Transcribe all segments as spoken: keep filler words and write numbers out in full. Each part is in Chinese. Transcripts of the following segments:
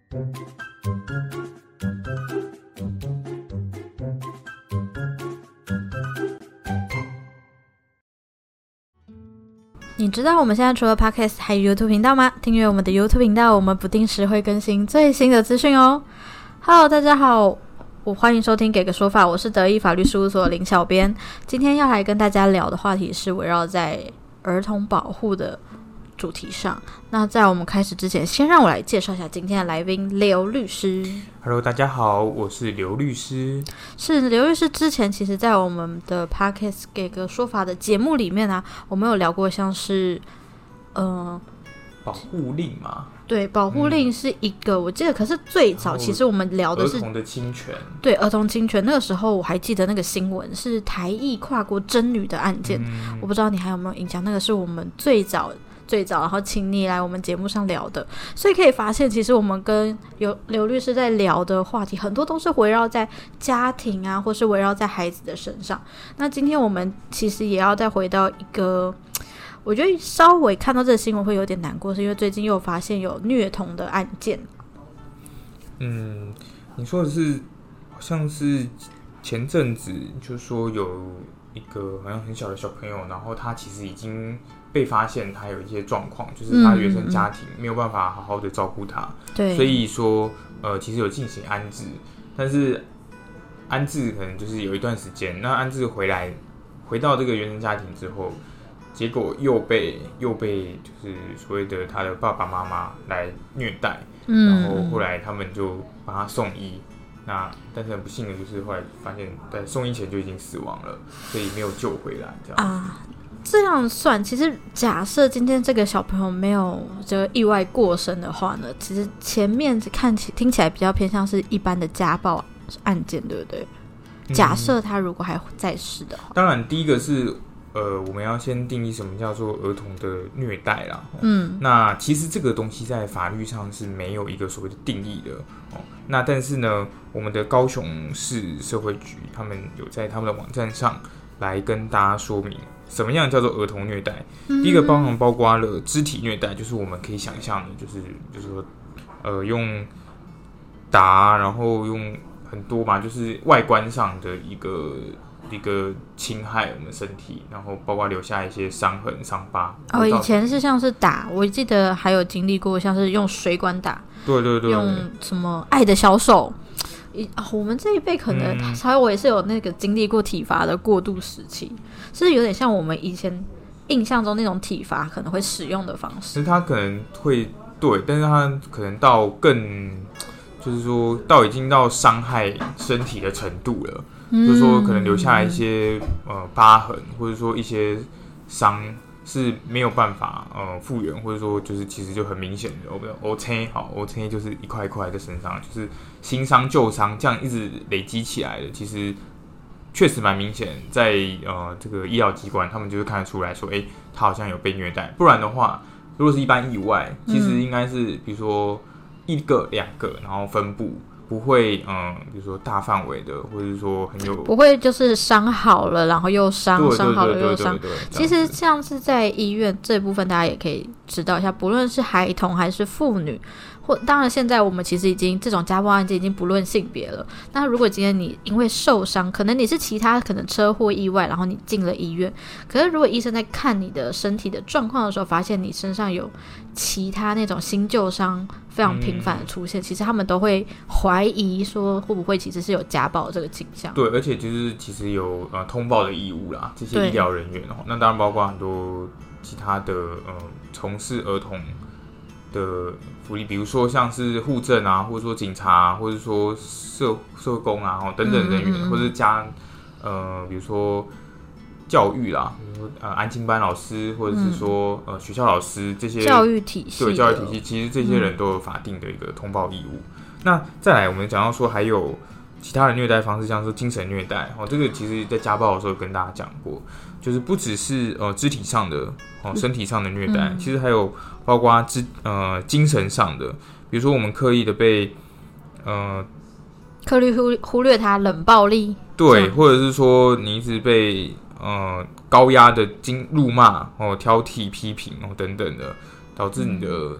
你知道我们现在除了 Podcast 还有 YouTube 频道吗？订阅我们的 YouTube 频道，我们不定时会更新最新的资讯哦。Hello， 大家好，我欢迎收听给个说法，我是德意法律事务所林小编。今天要来跟大家聊的话题是围绕在儿童保护的主题上。那在我们开始之前，先让我来介绍一下今天的来宾刘律师。 Hello， 大家好，我是刘律师。 是刘律师之前其实在我们的 Podcast 给个说法的节目里面啊，我们有聊过像是呃保护令嘛。 对，保护令是一个、嗯、我记得，可是最早其实我们聊的是儿童的侵权。对， 儿童侵权。那个时候我还记得那个新闻是台裔跨国真女的案件、嗯、我不知道你还有没有印象，那个是我们最早最早然后请你来我们节目上聊的。所以可以发现其实我们跟刘刘律师在聊的话题很多都是围绕在家庭啊，或是围绕在孩子的身上。那今天我们其实也要再回到一个我觉得稍微看到这个新闻会有点难过，是因为最近又发现有虐童的案件。 嗯，你说的是好像是前阵子就说有一个好像很小的小朋友，然后他其实已经被发现他有一些状况，就是他原生家庭没有办法好好的照顾他，对、嗯，所以说呃其实有进行安置，但是安置可能就是有一段时间，那安置回来回到这个原生家庭之后，结果又被又被就是所谓的他的爸爸妈妈来虐待，嗯，然后后来他们就把他送医，那但是很不幸的就是后来发现在送医前就已经死亡了，所以没有救回来这样啊。这样算，其实假设今天这个小朋友没有这个意外过身的话呢，其实前面看起听起来比较偏向是一般的家暴案件，对不对？假设他如果还在世的话， 当然第一个是呃，我们要先定义什么叫做儿童的虐待啦。嗯，那其实这个东西在法律上是没有一个所谓的定义的哦。那但是呢，我们的高雄市社会局他们有在他们的网站上来跟大家说明什么样叫做儿童虐待。嗯、第一个包含包括了肢体虐待，就是我们可以想象的，就是就是说，呃，用打，然后用很多嘛，就是外观上的一个。一个侵害我们身体，然后包括留下一些伤痕、伤疤。 哦，以前是像是打，我记得还有经历过，像是用水管打， 对对 对, 对， 用什么爱的小手。哦、我们这一辈可能，嗯、稍微我也是有那个经历过体罚的过渡时期，是有点像我们以前印象中那种体罚可能会使用的方式。 其实他可能会对，但是他可能到更，就是说到已经到伤害身体的程度了。就是说，可能留下一些呃疤痕，或者说一些伤是没有办法呃复原，或者说就是其实就很明显的，我们 O C 好 O C 就是一块一块在身上，就是新伤旧伤这样一直累积起来的，其实确实蛮明显，在呃这个医疗机关他们就会看得出来说，哎、欸，他好像有被虐待，不然的话，如果是一般意外，其实应该是比如说一个两个，然后分布。不会，嗯，比如说大范围的，或者是说很有， 不会就是伤好了，然后又伤，伤好了又伤。其实像是在医院这部分，大家也可以知道一下，不论是孩童还是妇女，或当然现在我们其实已经这种家暴案件已经不论性别了。那如果今天你因为受伤，可能你是其他可能车祸意外，然后你进了医院，可是如果医生在看你的身体的状况的时候，发现你身上有其他那种新旧伤非常频繁的出现、嗯、其实他们都会怀疑说会不会其实是有家暴这个倾向。 对，而且就是其实有呃通报的义务啦，这些医疗人员、哦、那当然包括很多其他的呃从事儿童的福利，比如说像是户政啊，或者说警察、啊，或者说社社工啊、哦、等等人员，嗯嗯嗯或者加呃比如说教育啦，比如说呃安亲班老师，或者是说、嗯、呃学校老师这些教育体系， 对教育体系，其实这些人都有法定的一个通报义务。嗯、那再来，我们讲到说还有其他的虐待方式，像是精神虐待，哦，这个其实在家暴的时候跟大家讲过，就是不只是呃肢体上的哦身体上的虐待，嗯、其实还有包括肢呃精神上的，比如说我们刻意的被呃刻意忽忽略他冷暴力， 对，或者是说你一直被呃高压的经辱骂哦挑剔批评哦等等的，导致你的、嗯哦、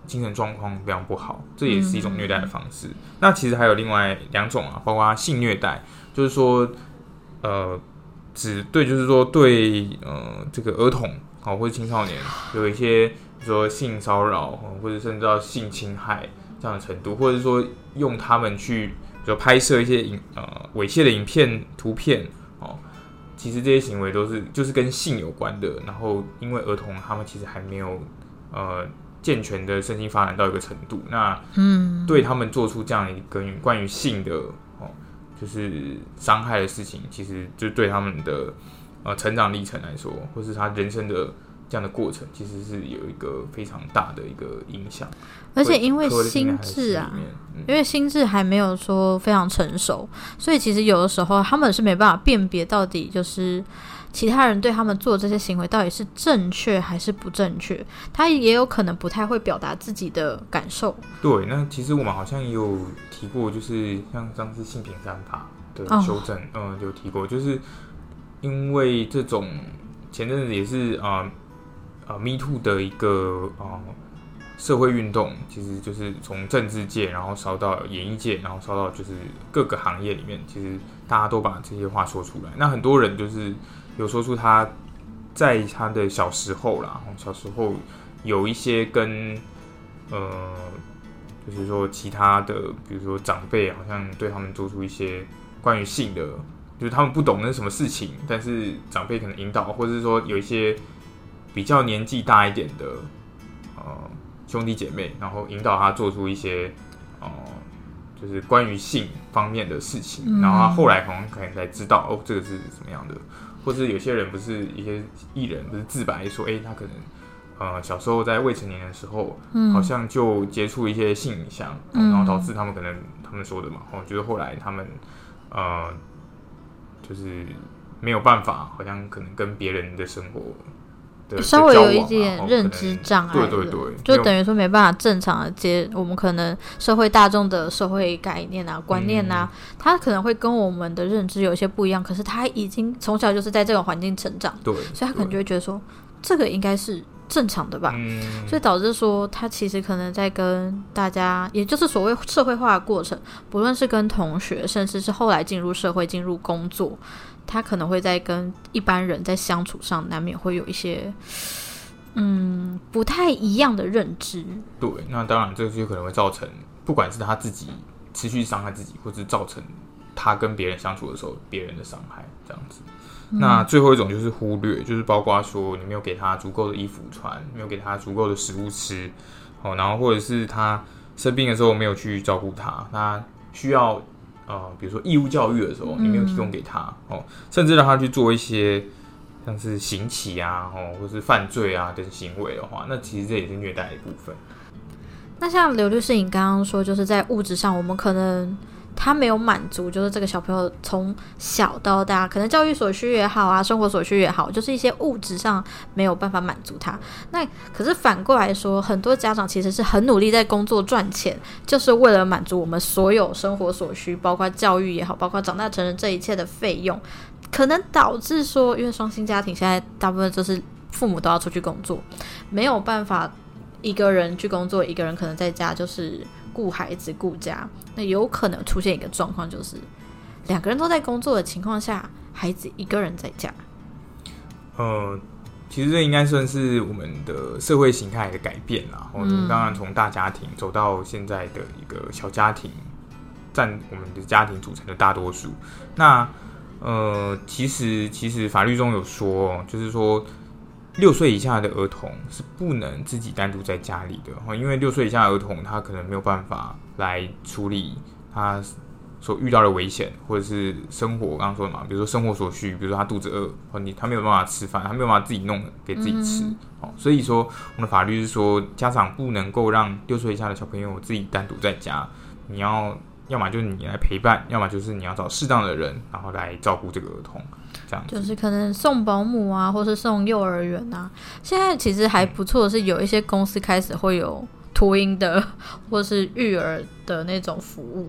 精神状况非常不好，这也是一种虐待的方式。嗯、那其实还有另外两种啊，包括性虐待，就是说，呃，只对，就是说对呃这个儿童哦或者青少年有一些，比如说性骚扰或者甚至到性侵害这样的程度，或者说用他们去，比如拍摄一些影呃猥亵的影片、图片哦。其实这些行为都是就是跟性有关的，然后因为儿童他们其实还没有呃健全的身心发展到一个程度，那嗯对他们做出这样一个关于性的哦就是伤害的事情，其实就对他们的呃成长历程来说，或是他人生的这样的过程，其实是有一个非常大的一个影响。 而且因为心智啊，嗯、因为心智还没有说非常成熟，所以其实有的时候他们是没办法辨别到底就是其他人对他们做这些行为到底是正确还是不正确，他也有可能不太会表达自己的感受。 对，那其实我们好像也有提过，就是像上次性平三法的修正，哦、嗯，有提过，就是因为这种前阵子也是啊啊、呃呃、Me Too 的一个啊。呃社会运动其实就是从政治界，然后烧到演艺界，然后烧到就是各个行业里面，其实大家都把这些话说出来。那很多人就是有说出他在他的小时候啦，小时候有一些跟呃，就是说其他的，比如说长辈好像对他们做出一些关于性的，就是他们不懂那是什么事情，但是长辈可能引导，或者是说有一些比较年纪大一点的呃。兄弟姐妹，然后引导他做出一些，呃，就是关于性方面的事情，嗯、然后他后来好像可能才知道，哦，这个是什么样的，或者有些人不是一些艺人不是自白说，哎、欸，他可能呃小时候在未成年的时候，嗯、好像就接触一些性影像，嗯、然后导致他们可能他们说的嘛，我觉得后来他们呃就是没有办法，好像可能跟别人的生活。 稍微有一点认知障碍， 对对对， 就等于说没办法正常的接我们可能社会大众的社会概念啊、观念啊，嗯、他可能会跟我们的认知有一些不一样，可是他已经从小就是在这个环境成长， 对， 所以他可能就会觉得说这个应该是正常的吧，嗯、所以导致说他其实可能在跟大家，也就是所谓社会化的过程，不论是跟同学，甚至是后来进入社会、进入工作。他可能会在跟一般人在相处上难免会有一些嗯不太一样的认知。 对，那当然这就可能会造成不管是他自己持续伤害自己，或是造成他跟别人相处的时候别人的伤害这样子。嗯、那最后一种就是忽略，就是包括说你没有给他足够的衣服穿，没有给他足够的食物吃，哦，然后或者是他生病的时候没有去照顾他，他需要呃，比如说义务教育的时候，你没有提供给他、嗯、哦，甚至让他去做一些像是刑期啊，哦，或是犯罪啊的行为的话，那其实这也是虐待的一部分。 那像刘律师，你刚刚说，就是在物质上，我们可能他没有满足，就是这个小朋友从小到大，可能教育所需也好啊，生活所需也好，就是一些物质上没有办法满足他。那可是反过来说，很多家长其实是很努力在工作赚钱，就是为了满足我们所有生活所需，包括教育也好，包括长大成人这一切的费用，可能导致说，因为双薪家庭现在大部分就是父母都要出去工作，没有办法一个人去工作，一个人可能在家就是顾孩子顾家，那有可能出现一个状况，就是两个人都在工作的情况下，孩子一个人在家。 呃，其实这应该算是我们的社会形态的改变啦。我们当然从大家庭走到现在的一个小家庭，占我们的家庭组成的大多数。那呃，其实其实法律中有说，就是说。六岁以下的儿童是不能自己单独在家里的，因为六岁以下的儿童他可能没有办法来处理他所遇到的危险，或者是生活，刚刚说的嘛，比如说生活所需，比如说他肚子饿，你他没有办法吃饭，他没有办法自己弄给自己吃，嗯、所以说我们的法律是说，家长不能够让六岁以下的小朋友自己单独在家，你要要么就是你来陪伴，要么就是你要找适当的人，然后来照顾这个儿童。这样就是可能送保姆啊，或是送幼儿园啊。现在其实还不错的是，有一些公司开始会有托婴的，或是育儿的那种服务。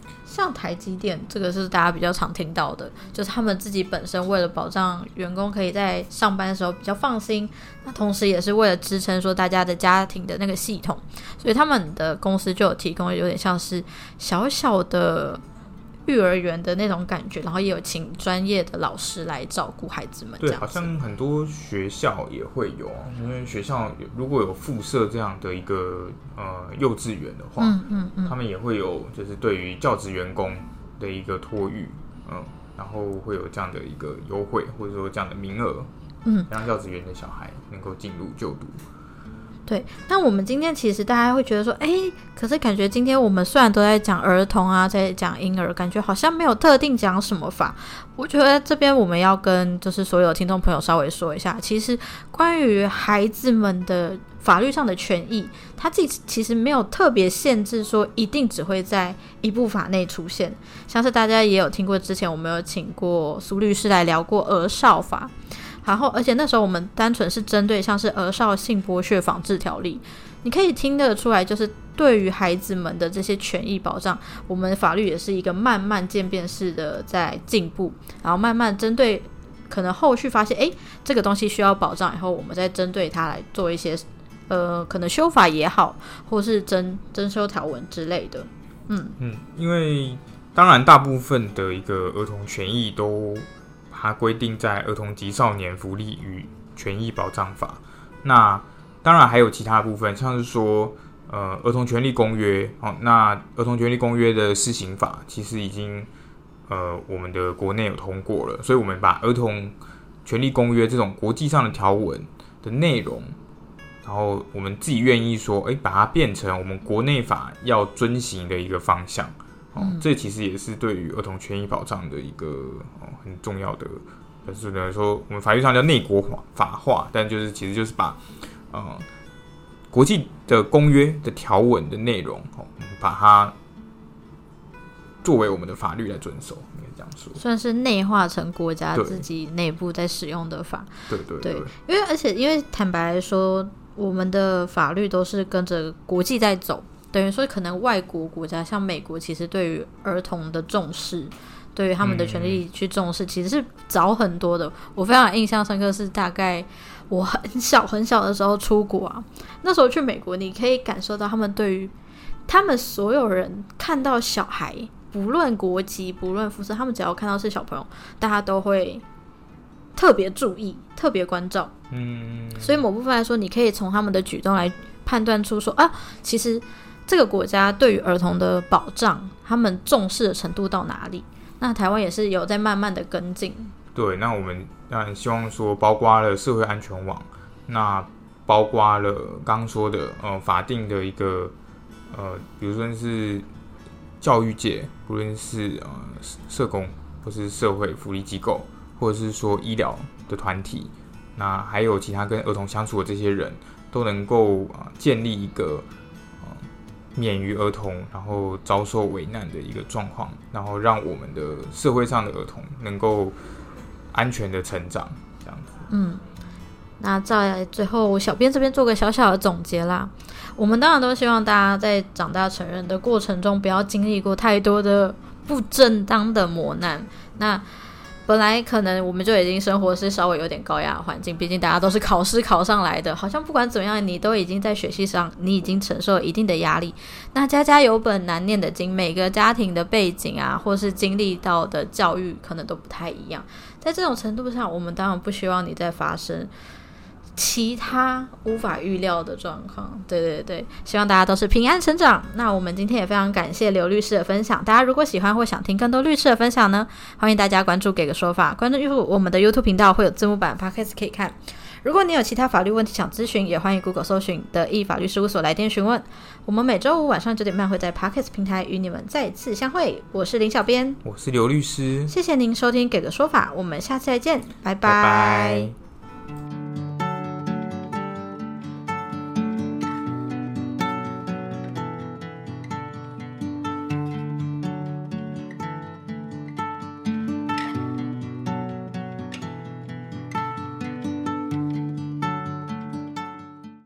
像台积电这个是大家比较常听到的，就是他们自己本身为了保障员工可以在上班的时候比较放心，那同时也是为了支撑说大家的家庭的那个系统，所以他们的公司就有提供有点像是小小的幼儿园的那种感觉，然后也有请专业的老师来照顾孩子们这样子。 对，好像很多学校也会有，因为学校如果有附设这样的一个呃幼稚园的话， 嗯嗯嗯， 他们也会有就是对于教职员工的一个托育，嗯，然后会有这样的一个优惠，或者说这样的名额，嗯，让教职员的小孩能够进入就读。 对，那我们今天其实大家会觉得说，哎，可是感觉今天我们虽然都在讲儿童啊，在讲婴儿，感觉好像没有特定讲什么法。我觉得这边我们要跟就是所有听众朋友稍微说一下，其实关于孩子们的法律上的权益，它自己其实没有特别限制说一定只会在一部法内出现。像是大家也有听过，之前我们有请过苏律师来聊过儿少法，然后而且那时候我们单纯是针对像是儿少性剥削防治条例，你可以听得出来，就是对于孩子们的这些权益保障，我们法律也是一个慢慢渐变式的在进步，然后慢慢针对可能后续发现诶这个东西需要保障以后，我们再针对它来做一些呃可能修法也好，或是增增修条文之类的。嗯嗯，因为当然大部分的一个儿童权益都它规定在《儿童及少年福利与权益保障法》，那当然还有其他的部分，像是说呃《儿童权利公约》哦，那《儿童权利公约》的施行法其实已经呃我们的国内有通过了，所以我们把《儿童权利公约》这种国际上的条文的内容，然后我们自己愿意说，哎，把它变成我们国内法要遵行的一个方向。哦，这其实也是对于儿童权益保障的一个、哦、很重要的，就是呢说我们法律上叫内国法化，但就是其实就是把呃国际的公约的条文的内容，哦，把它作为我们的法律来遵守，应该这样说， 算是内化成国家自己内部在使用的法。 对对 对, 对， 因为而且因为坦白来说，我们的法律都是跟着国际在走。等于说可能外国国家像美国其实对于儿童的重视，对于他们的权利去重视、嗯、其实是早很多的。我非常印象深刻是大概我很小很小的时候出国啊，那时候去美国你可以感受到他们对于他们所有人看到小孩不论国籍不论肤色，他们只要看到是小朋友大家都会特别注意特别关照。嗯，所以某部分来说你可以从他们的举动来判断出说啊，其实这个国家对于儿童的保障他们重视的程度到哪里，那台湾也是有在慢慢的跟进。 对，那我们当然希望说包括了社会安全网，那包括了刚刚说的呃法定的一个呃比如说是教育界，不论是呃社工或是社会福利机构，或者是说医疗的团体，那还有其他跟儿童相处的这些人都能够、呃、建立一个免于儿童然后遭受危难的一个状况，然后让我们的社会上的儿童能够安全的成长，这样子。嗯， 那在最后小编这边做个小小的总结啦，我们当然都希望大家在长大成人的过程中不要经历过太多的不正当的磨难。那本来可能我们就已经生活是稍微有点高压的环境，毕竟大家都是考试考上来的，好像不管怎么样你都已经在学习上你已经承受了一定的压力。那家家有本难念的经，每个家庭的背景啊或是经历到的教育可能都不太一样，在这种程度上我们当然不希望你再发生其他无法预料的状况。对对对，希望大家都是平安成长。那我们今天也非常感谢刘律师的分享，大家如果喜欢或想听更多律师的分享呢，欢迎大家关注给个说法，关注我们的 YouTube 频道会有字幕版 Podcast 可以看。如果你有其他法律问题想咨询，也欢迎 Google 搜寻的义法律事务所来电询问。我们每周五晚上九点半会在 Podcast 平台与你们再次相会。我是林小编， 我是刘律师， 谢谢您收听给个说法，我们下次再见，拜拜。 拜拜。